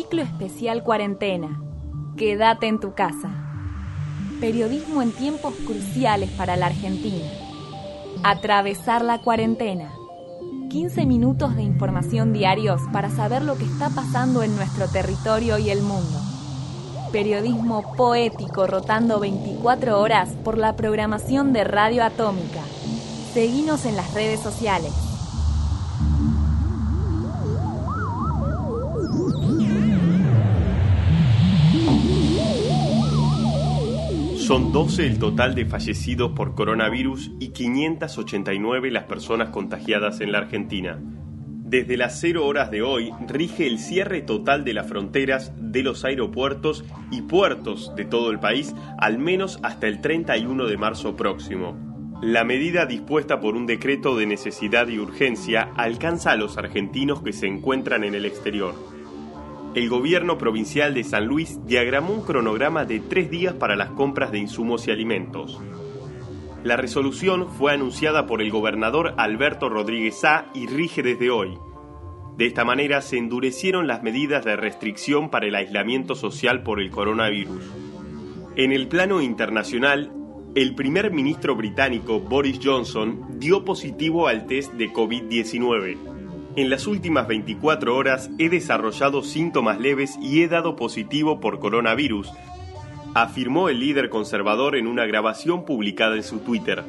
Ciclo especial cuarentena. Quédate en tu casa. Periodismo en tiempos cruciales para la Argentina. Atravesar la cuarentena. 15 minutos de información diarios para saber lo que está pasando en nuestro territorio y el mundo. Periodismo poético rotando 24 horas por la programación de Radio Atómica. Seguinos en las redes sociales. Son 12 el total de fallecidos por coronavirus y 589 las personas contagiadas en la Argentina. Desde las 0 horas de hoy rige el cierre total de las fronteras de los aeropuertos y puertos de todo el país, al menos hasta el 31 de marzo próximo. La medida dispuesta por un decreto de necesidad y urgencia alcanza a los argentinos que se encuentran en el exterior. El gobierno provincial de San Luis diagramó un cronograma de 3 días para las compras de insumos y alimentos. La resolución fue anunciada por el gobernador Alberto Rodríguez Sá y rige desde hoy. De esta manera se endurecieron las medidas de restricción para el aislamiento social por el coronavirus. En el plano internacional, el primer ministro británico Boris Johnson dio positivo al test de COVID-19. En las últimas 24 horas he desarrollado síntomas leves y he dado positivo por coronavirus, afirmó el líder conservador en una grabación publicada en su Twitter.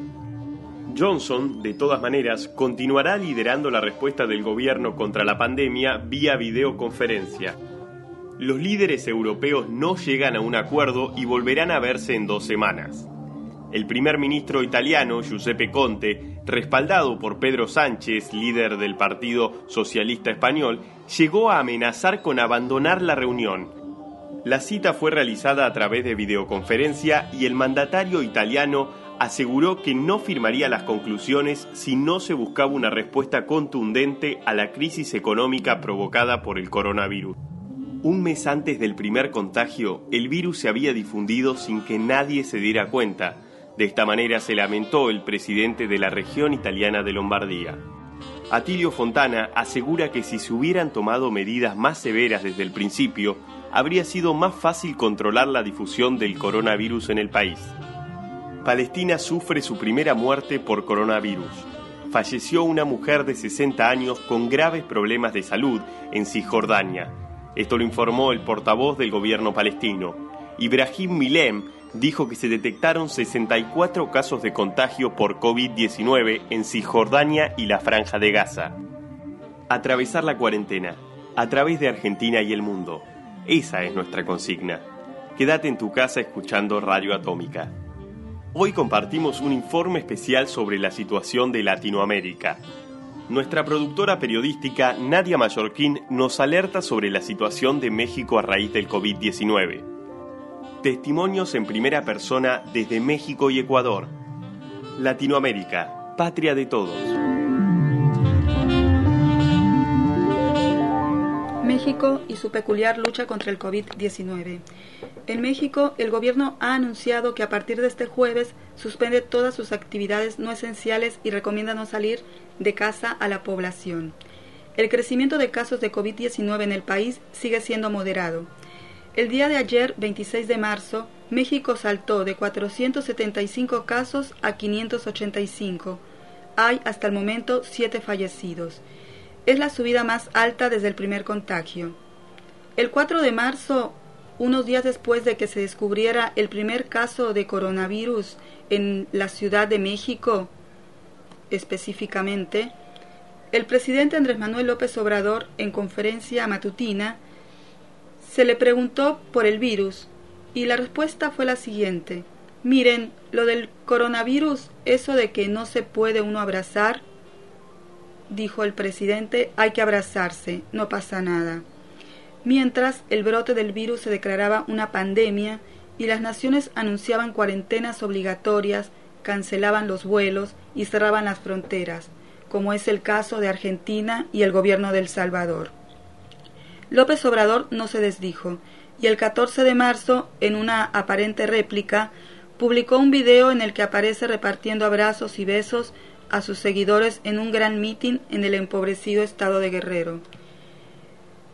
Johnson, de todas maneras, continuará liderando la respuesta del gobierno contra la pandemia vía videoconferencia. Los líderes europeos no llegan a un acuerdo y volverán a verse en 2 semanas. El primer ministro italiano, Giuseppe Conte, respaldado por Pedro Sánchez, líder del Partido Socialista Español, llegó a amenazar con abandonar la reunión. La cita fue realizada a través de videoconferencia y el mandatario italiano aseguró que no firmaría las conclusiones si no se buscaba una respuesta contundente a la crisis económica provocada por el coronavirus. Un mes antes del primer contagio, el virus se había difundido sin que nadie se diera cuenta. De esta manera se lamentó el presidente de la región italiana de Lombardía. Atilio Fontana asegura que si se hubieran tomado medidas más severas desde el principio, habría sido más fácil controlar la difusión del coronavirus en el país. Palestina sufre su primera muerte por coronavirus. Falleció una mujer de 60 años con graves problemas de salud en Cisjordania. Esto lo informó el portavoz del gobierno palestino. Ibrahim Milem dijo que se detectaron 64 casos de contagio por COVID-19 en Cisjordania y la Franja de Gaza. Atravesar la cuarentena, a través de Argentina y el mundo. Esa es nuestra consigna. Quédate en tu casa escuchando Radio Atómica. Hoy compartimos un informe especial sobre la situación de Latinoamérica. Nuestra productora periodística Nadia Mallorquín nos alerta sobre la situación de México a raíz del COVID-19. Testimonios en primera persona desde México y Ecuador. Latinoamérica, patria de todos. México y su peculiar lucha contra el COVID-19. En México, el gobierno ha anunciado que a partir de este jueves suspende todas sus actividades no esenciales y recomienda no salir de casa a la población. El crecimiento de casos de COVID-19 en el país sigue siendo moderado. El día de ayer, 26 de marzo, México saltó de 475 casos a 585. Hay hasta el momento 7 fallecidos. Es la subida más alta desde el primer contagio. El 4 de marzo, unos días después de que se descubriera el primer caso de coronavirus en la Ciudad de México, específicamente, el presidente Andrés Manuel López Obrador, en conferencia matutina, se le preguntó por el virus y la respuesta fue la siguiente: miren, lo del coronavirus, eso de que no se puede uno abrazar, dijo el presidente, hay que abrazarse, no pasa nada. Mientras el brote del virus se declaraba una pandemia y las naciones anunciaban cuarentenas obligatorias, cancelaban los vuelos y cerraban las fronteras, como es el caso de Argentina y el gobierno de El Salvador. López Obrador no se desdijo y el 14 de marzo, en una aparente réplica, publicó un video en el que aparece repartiendo abrazos y besos a sus seguidores en un gran mitin en el empobrecido estado de Guerrero.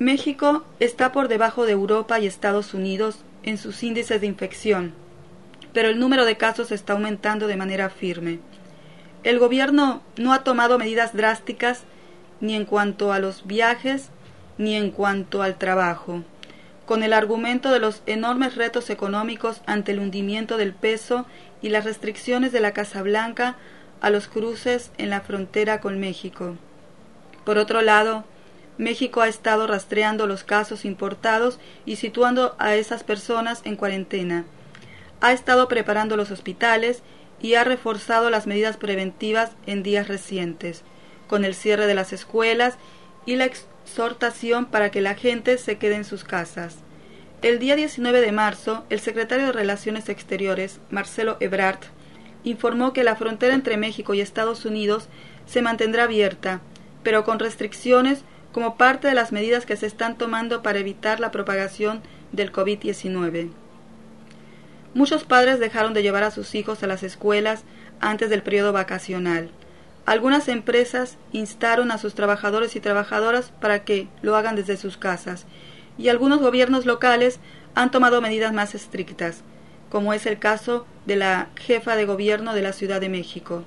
México está por debajo de Europa y Estados Unidos en sus índices de infección, pero el número de casos está aumentando de manera firme. El gobierno no ha tomado medidas drásticas ni en cuanto a los viajes ni en cuanto al trabajo, con el argumento de los enormes retos económicos ante el hundimiento del peso y las restricciones de la Casa Blanca a los cruces en la frontera con México. Por otro lado, México ha estado rastreando los casos importados y situando a esas personas en cuarentena. Ha estado preparando los hospitales y ha reforzado las medidas preventivas en días recientes, con el cierre de las escuelas y la exhortación para que la gente se quede en sus casas. El día 19 de marzo, el secretario de Relaciones Exteriores, Marcelo Ebrard, informó que la frontera entre México y Estados Unidos se mantendrá abierta, pero con restricciones como parte de las medidas que se están tomando para evitar la propagación del COVID-19. Muchos padres dejaron de llevar a sus hijos a las escuelas antes del periodo vacacional. Algunas empresas instaron a sus trabajadores y trabajadoras para que lo hagan desde sus casas, y algunos gobiernos locales han tomado medidas más estrictas, como es el caso de la jefa de gobierno de la Ciudad de México.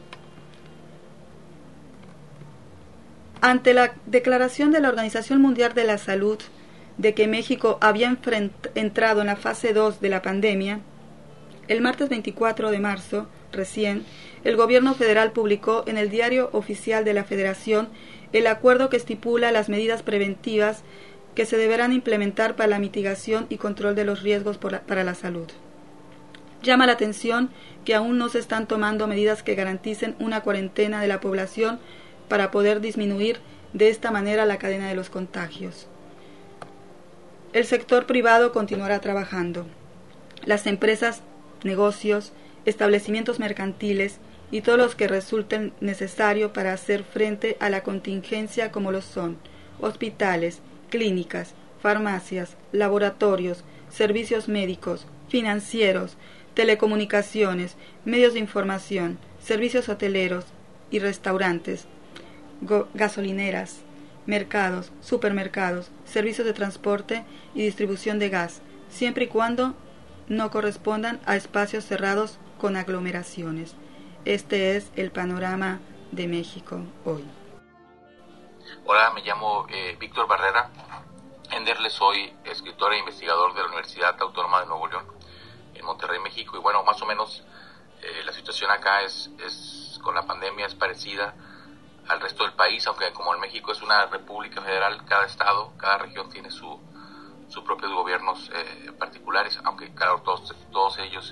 Ante la declaración de la Organización Mundial de la Salud de que México había entrado en la fase 2 de la pandemia, el martes 24 de marzo, recién, el gobierno federal publicó en el Diario Oficial de la Federación el acuerdo que estipula las medidas preventivas que se deberán implementar para la mitigación y control de los riesgos para la salud. Llama la atención que aún no se están tomando medidas que garanticen una cuarentena de la población para poder disminuir de esta manera la cadena de los contagios. El sector privado continuará trabajando. Las empresas, negocios, establecimientos mercantiles y todos los que resulten necesarios para hacer frente a la contingencia, como lo son hospitales, clínicas, farmacias, laboratorios, servicios médicos, financieros, telecomunicaciones, medios de información, servicios hoteleros y restaurantes, gasolineras, mercados, supermercados, servicios de transporte y distribución de gas, siempre y cuando no correspondan a espacios cerrados con aglomeraciones. Este es el panorama de México hoy. Hola, me llamo Víctor Barrera Enderle, soy escritor e investigador de la Universidad Autónoma de Nuevo León, en Monterrey, México. Y bueno, más o menos la situación acá es con la pandemia es parecida al resto del país, aunque como en México es una república federal, cada estado, cada región tiene sus propios gobiernos particulares, aunque claro, todos ellos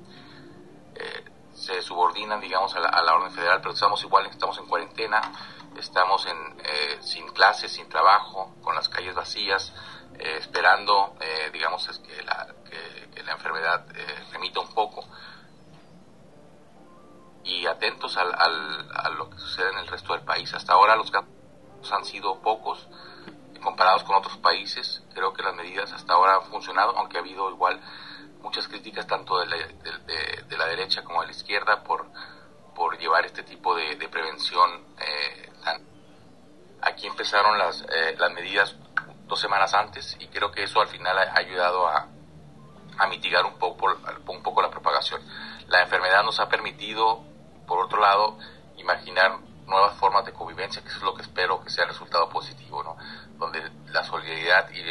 se subordinan, digamos, a la orden federal, pero estamos igual, estamos en cuarentena, estamos sin clases, sin trabajo, con las calles vacías, esperando, digamos, que la enfermedad remita un poco, y atentos a lo que sucede en el resto del país. Hasta ahora los casos han sido pocos comparados con otros países. Creo que las medidas hasta ahora han funcionado, aunque ha habido igual muchas críticas tanto de la derecha como de la izquierda por llevar este tipo de prevención. Aquí empezaron las medidas 2 semanas antes, y creo que eso al final ha ayudado a mitigar un poco la propagación. La enfermedad nos ha permitido, por otro lado, imaginar nuevas formas de convivencia, que eso es lo que espero que sea el resultado positivo, ¿no? Donde la solidaridad y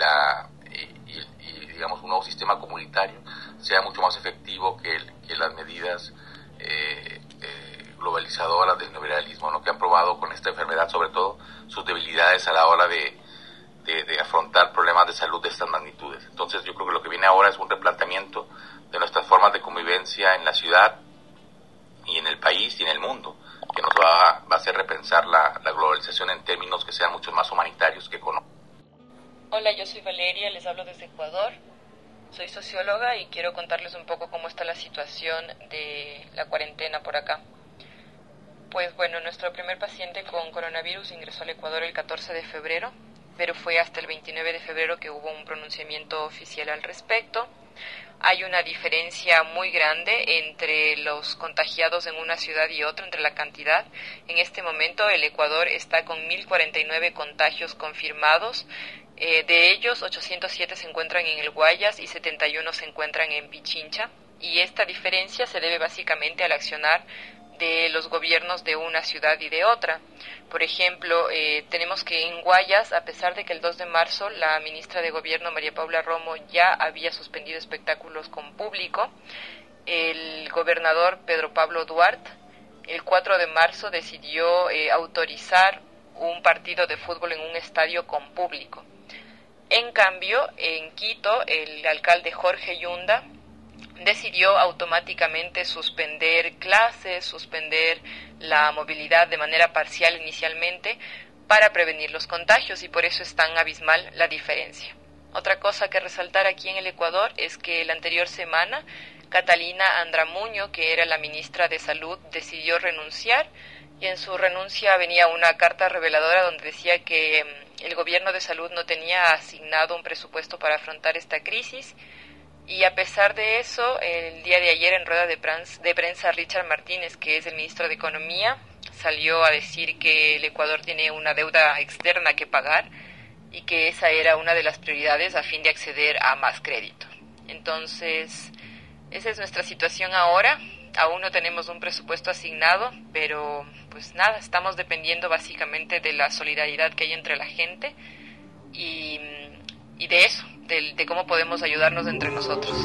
digamos un nuevo sistema comunitario sea mucho más efectivo que las medidas globalizadoras del neoliberalismo, ¿no? Que han probado con esta enfermedad, sobre todo, sus debilidades a la hora de afrontar problemas de salud de estas magnitudes. Entonces yo creo que lo que viene ahora es un replanteamiento de nuestras formas de convivencia en la ciudad y en el país y en el mundo, que nos va a hacer repensar la globalización en términos que sean mucho más humanitarios que económicos. Hola, yo soy Valeria, les hablo desde Ecuador. Soy socióloga y quiero contarles un poco cómo está la situación de la cuarentena por acá. Pues bueno, nuestro primer paciente con coronavirus ingresó al Ecuador el 14 de febrero, pero fue hasta el 29 de febrero que hubo un pronunciamiento oficial al respecto. Hay una diferencia muy grande entre los contagiados en una ciudad y otra, entre la cantidad. En este momento el Ecuador está con 1.049 contagios confirmados De ellos, 807 se encuentran en el Guayas y 71 se encuentran en Pichincha, y esta diferencia se debe básicamente al accionar de los gobiernos de una ciudad y de otra. Por ejemplo, tenemos que en Guayas, a pesar de que el 2 de marzo la ministra de Gobierno, María Paula Romo, ya había suspendido espectáculos con público, el gobernador Pedro Pablo Duarte, el 4 de marzo decidió autorizar un partido de fútbol en un estadio con público. En cambio, en Quito, el alcalde Jorge Yunda decidió automáticamente suspender clases, suspender la movilidad de manera parcial inicialmente para prevenir los contagios, y por eso es tan abismal la diferencia. Otra cosa que resaltar aquí en el Ecuador es que la anterior semana Catalina Andramuño, que era la ministra de Salud, decidió renunciar, y en su renuncia venía una carta reveladora donde decía que el gobierno de salud no tenía asignado un presupuesto para afrontar esta crisis. Y a pesar de eso, el día de ayer en rueda de prensa, Richard Martínez, que es el ministro de Economía, salió a decir que el Ecuador tiene una deuda externa que pagar y que esa era una de las prioridades a fin de acceder a más crédito. Entonces, esa es nuestra situación ahora. Aún no tenemos un presupuesto asignado, pero pues nada, estamos dependiendo básicamente de la solidaridad que hay entre la gente y de eso, de cómo podemos ayudarnos entre nosotros.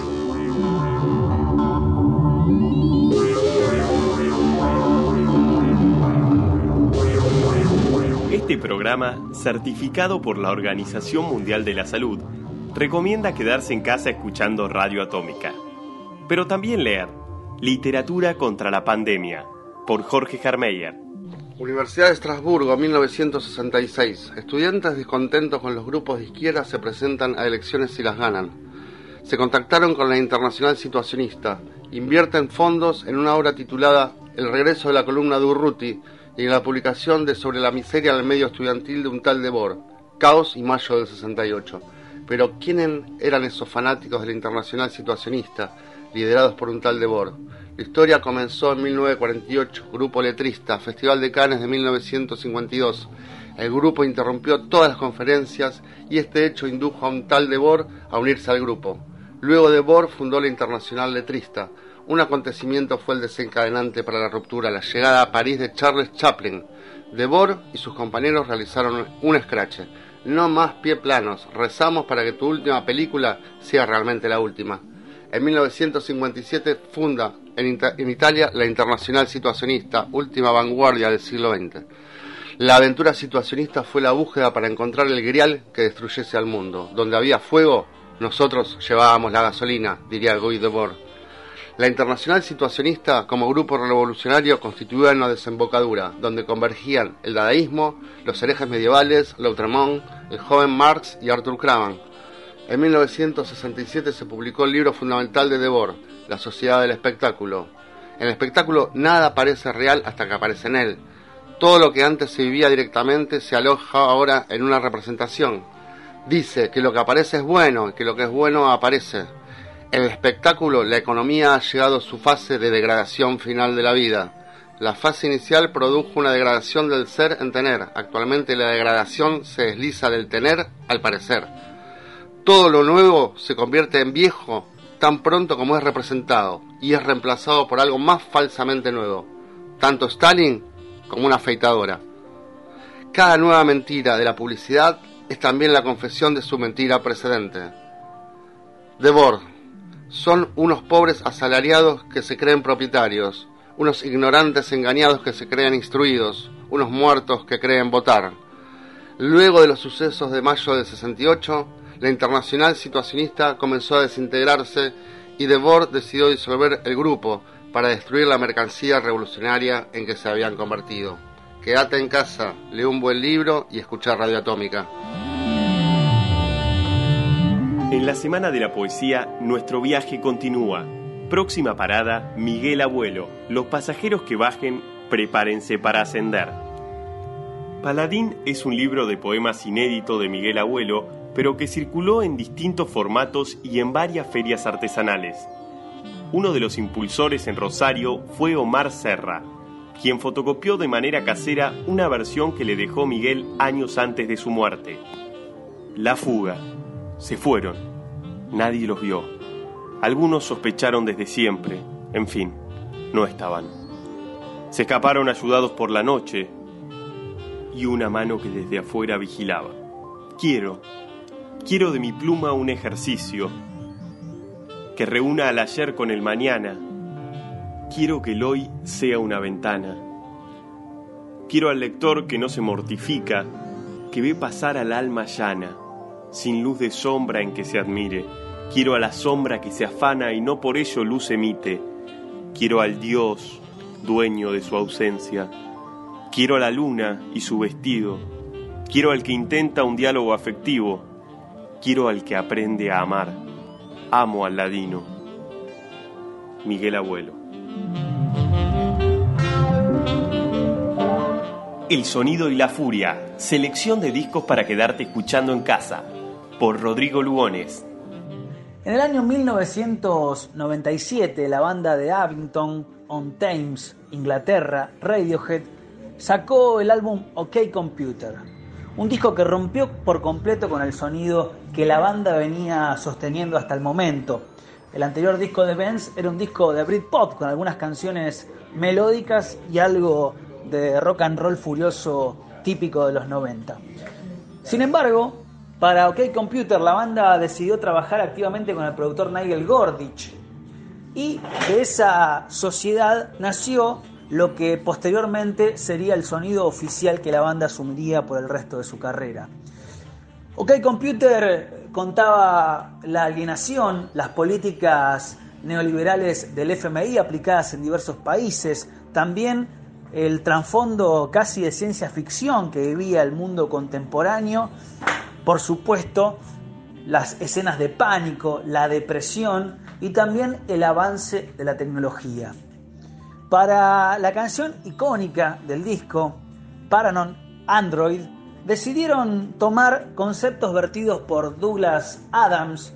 Este programa, certificado por la Organización Mundial de la Salud, recomienda quedarse en casa escuchando Radio Atómica. Pero también leer Literatura contra la Pandemia, por Jorge Jarmeyer. Universidad de Estrasburgo, 1966. Estudiantes descontentos con los grupos de izquierda se presentan a elecciones y las ganan. Se contactaron con la Internacional Situacionista. Invierten fondos en una obra titulada El regreso de la columna de Urruti y en la publicación de Sobre la miseria del medio estudiantil de un tal Debord, Caos y Mayo del 68. Pero ¿quiénes eran esos fanáticos de la Internacional Situacionista, liderados por un tal Debord? La historia comenzó en 1948, grupo letrista, Festival de Cannes de 1952. El grupo interrumpió todas las conferencias y este hecho indujo a un tal Debord a unirse al grupo. Luego Debord fundó la Internacional Letrista. Un acontecimiento fue el desencadenante para la ruptura, la llegada a París de Charles Chaplin. Debord y sus compañeros realizaron un escrache. No más pie planos, rezamos para que tu última película sea realmente la última. En 1957 funda en Italia la Internacional Situacionista, última vanguardia del siglo XX. La aventura situacionista fue la búsqueda para encontrar el grial que destruyese al mundo. Donde había fuego, nosotros llevábamos la gasolina, diría Guy Debord. La Internacional Situacionista, como grupo revolucionario, constituía una desembocadura, donde convergían el dadaísmo, los herejes medievales, Lautréamont, el joven Marx y Arthur Kraman. En 1967 se publicó el libro fundamental de Debord, La Sociedad del Espectáculo. En el espectáculo nada parece real hasta que aparece en él. Todo lo que antes se vivía directamente se aloja ahora en una representación. Dice que lo que aparece es bueno y que lo que es bueno aparece. En el espectáculo la economía ha llegado a su fase de degradación final de la vida. La fase inicial produjo una degradación del ser en tener. Actualmente la degradación se desliza del tener al parecer. Todo lo nuevo se convierte en viejo tan pronto como es representado y es reemplazado por algo más falsamente nuevo, tanto Stalin como una afeitadora. Cada nueva mentira de la publicidad es también la confesión de su mentira precedente. Debord: son unos pobres asalariados que se creen propietarios, unos ignorantes engañados que se creen instruidos, unos muertos que creen votar. Luego de los sucesos de mayo del 68, la Internacional Situacionista comenzó a desintegrarse y Debord decidió disolver el grupo para destruir la mercancía revolucionaria en que se habían convertido. Quédate en casa, lee un buen libro y escucha Radio Atómica. En la Semana de la Poesía, nuestro viaje continúa. Próxima parada, Miguel Abuelo. Los pasajeros que bajen, prepárense para ascender. Paladín es un libro de poemas inédito de Miguel Abuelo, pero que circuló en distintos formatos y en varias ferias artesanales. Uno de los impulsores en Rosario fue Omar Serra, quien fotocopió de manera casera una versión que le dejó Miguel años antes de su muerte. La fuga. Se fueron. Nadie los vio. Algunos sospecharon desde siempre. En fin, no estaban. Se escaparon ayudados por la noche y una mano que desde afuera vigilaba. Quiero de mi pluma un ejercicio que reúna al ayer con el mañana. Quiero que el hoy sea una ventana. Quiero al lector que no se mortifica, que ve pasar al alma llana, sin luz de sombra en que se admire. Quiero a la sombra que se afana y no por ello luz emite. Quiero al Dios, dueño de su ausencia. Quiero a la luna y su vestido. Quiero al que intenta un diálogo afectivo. Quiero al que aprende a amar. Amo al ladino. Miguel Abuelo. El sonido y la furia. Selección de discos para quedarte escuchando en casa. Por Rodrigo Lugones. En el año 1997, la banda de Abingdon-on-Thames, Inglaterra, Radiohead, sacó el álbum OK Computer, un disco que rompió por completo con el sonido que la banda venía sosteniendo hasta el momento. El anterior disco de Vance era un disco de Britpop con algunas canciones melódicas y algo de rock and roll furioso típico de los 90. Sin embargo, para OK Computer la banda decidió trabajar activamente con el productor Nigel Godrich, y de esa sociedad nació lo que posteriormente sería el sonido oficial que la banda asumiría por el resto de su carrera. OK Computer contaba la alienación, las políticas neoliberales del FMI aplicadas en diversos países, también el trasfondo casi de ciencia ficción que vivía el mundo contemporáneo, por supuesto las escenas de pánico, la depresión y también el avance de la tecnología. Para la canción icónica del disco, Paranoid Android, decidieron tomar conceptos vertidos por Douglas Adams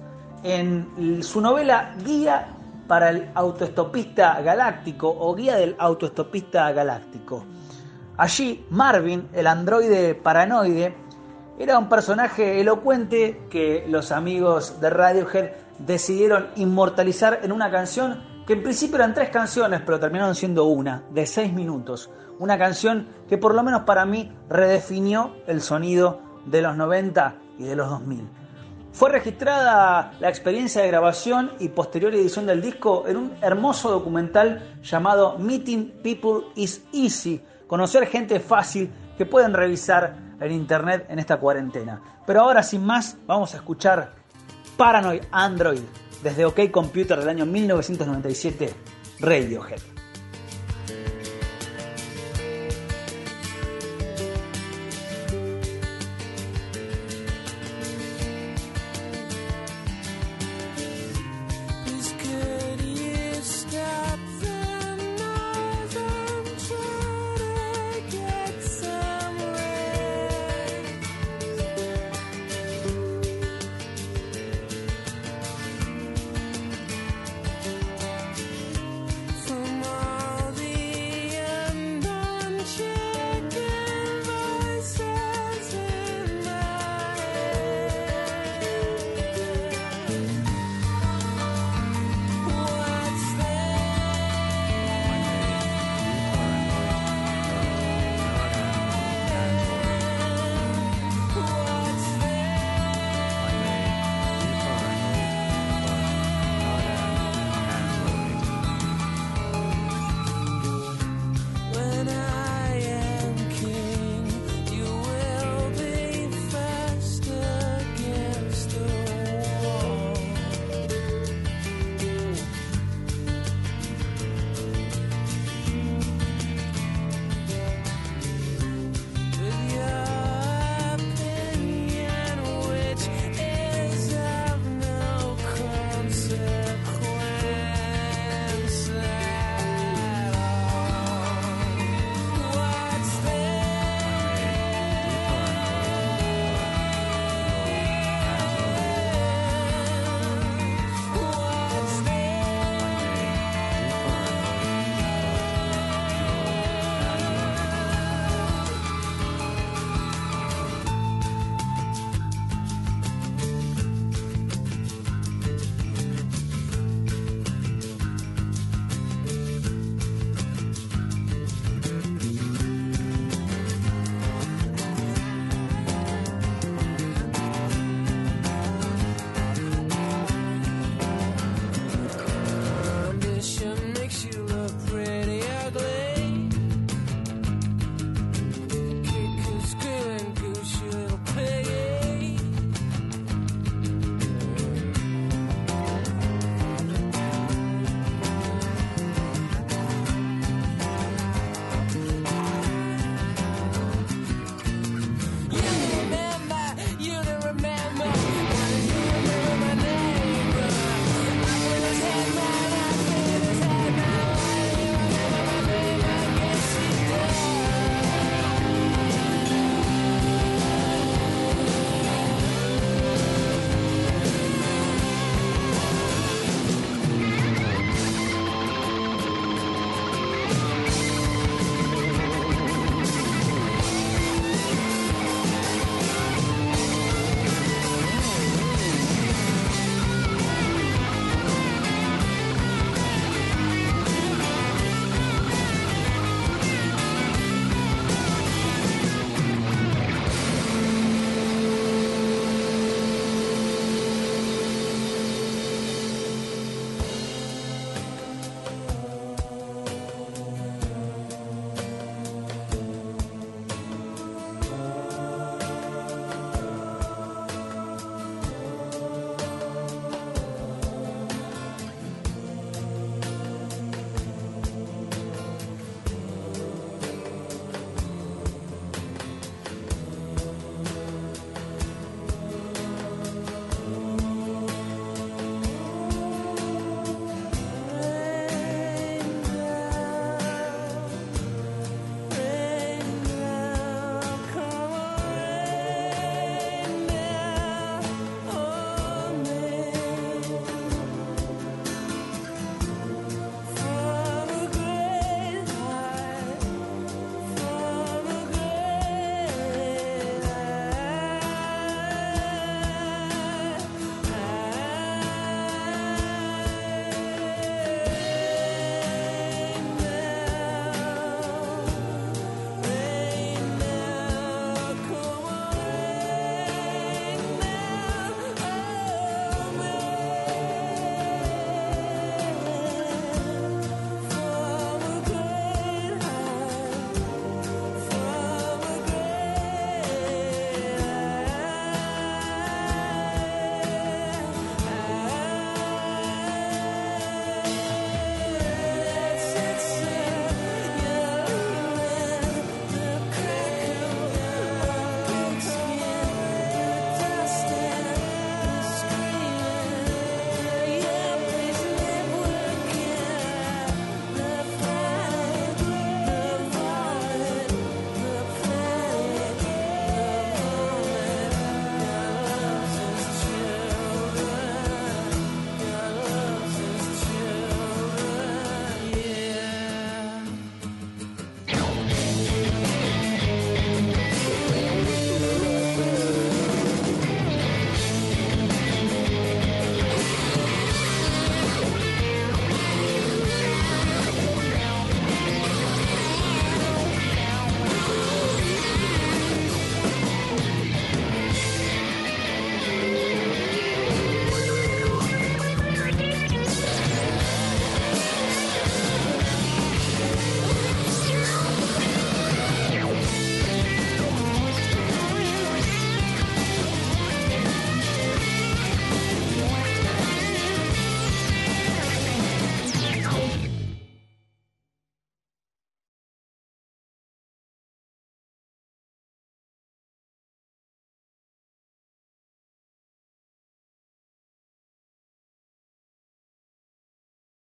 en su novela Guía para el autoestopista galáctico o Guía del autoestopista galáctico. Allí Marvin, el androide paranoide, era un personaje elocuente que los amigos de Radiohead decidieron inmortalizar en una canción que en principio eran 3 canciones, pero terminaron siendo una, de 6 minutos. Una canción que por lo menos para mí redefinió el sonido de los 90 y de los 2000. Fue registrada la experiencia de grabación y posterior edición del disco en un hermoso documental llamado Meeting People is Easy, conocer gente fácil, que pueden revisar en internet en esta cuarentena. Pero ahora sin más vamos a escuchar Paranoid Android desde OK Computer del año 1997, Radiohead.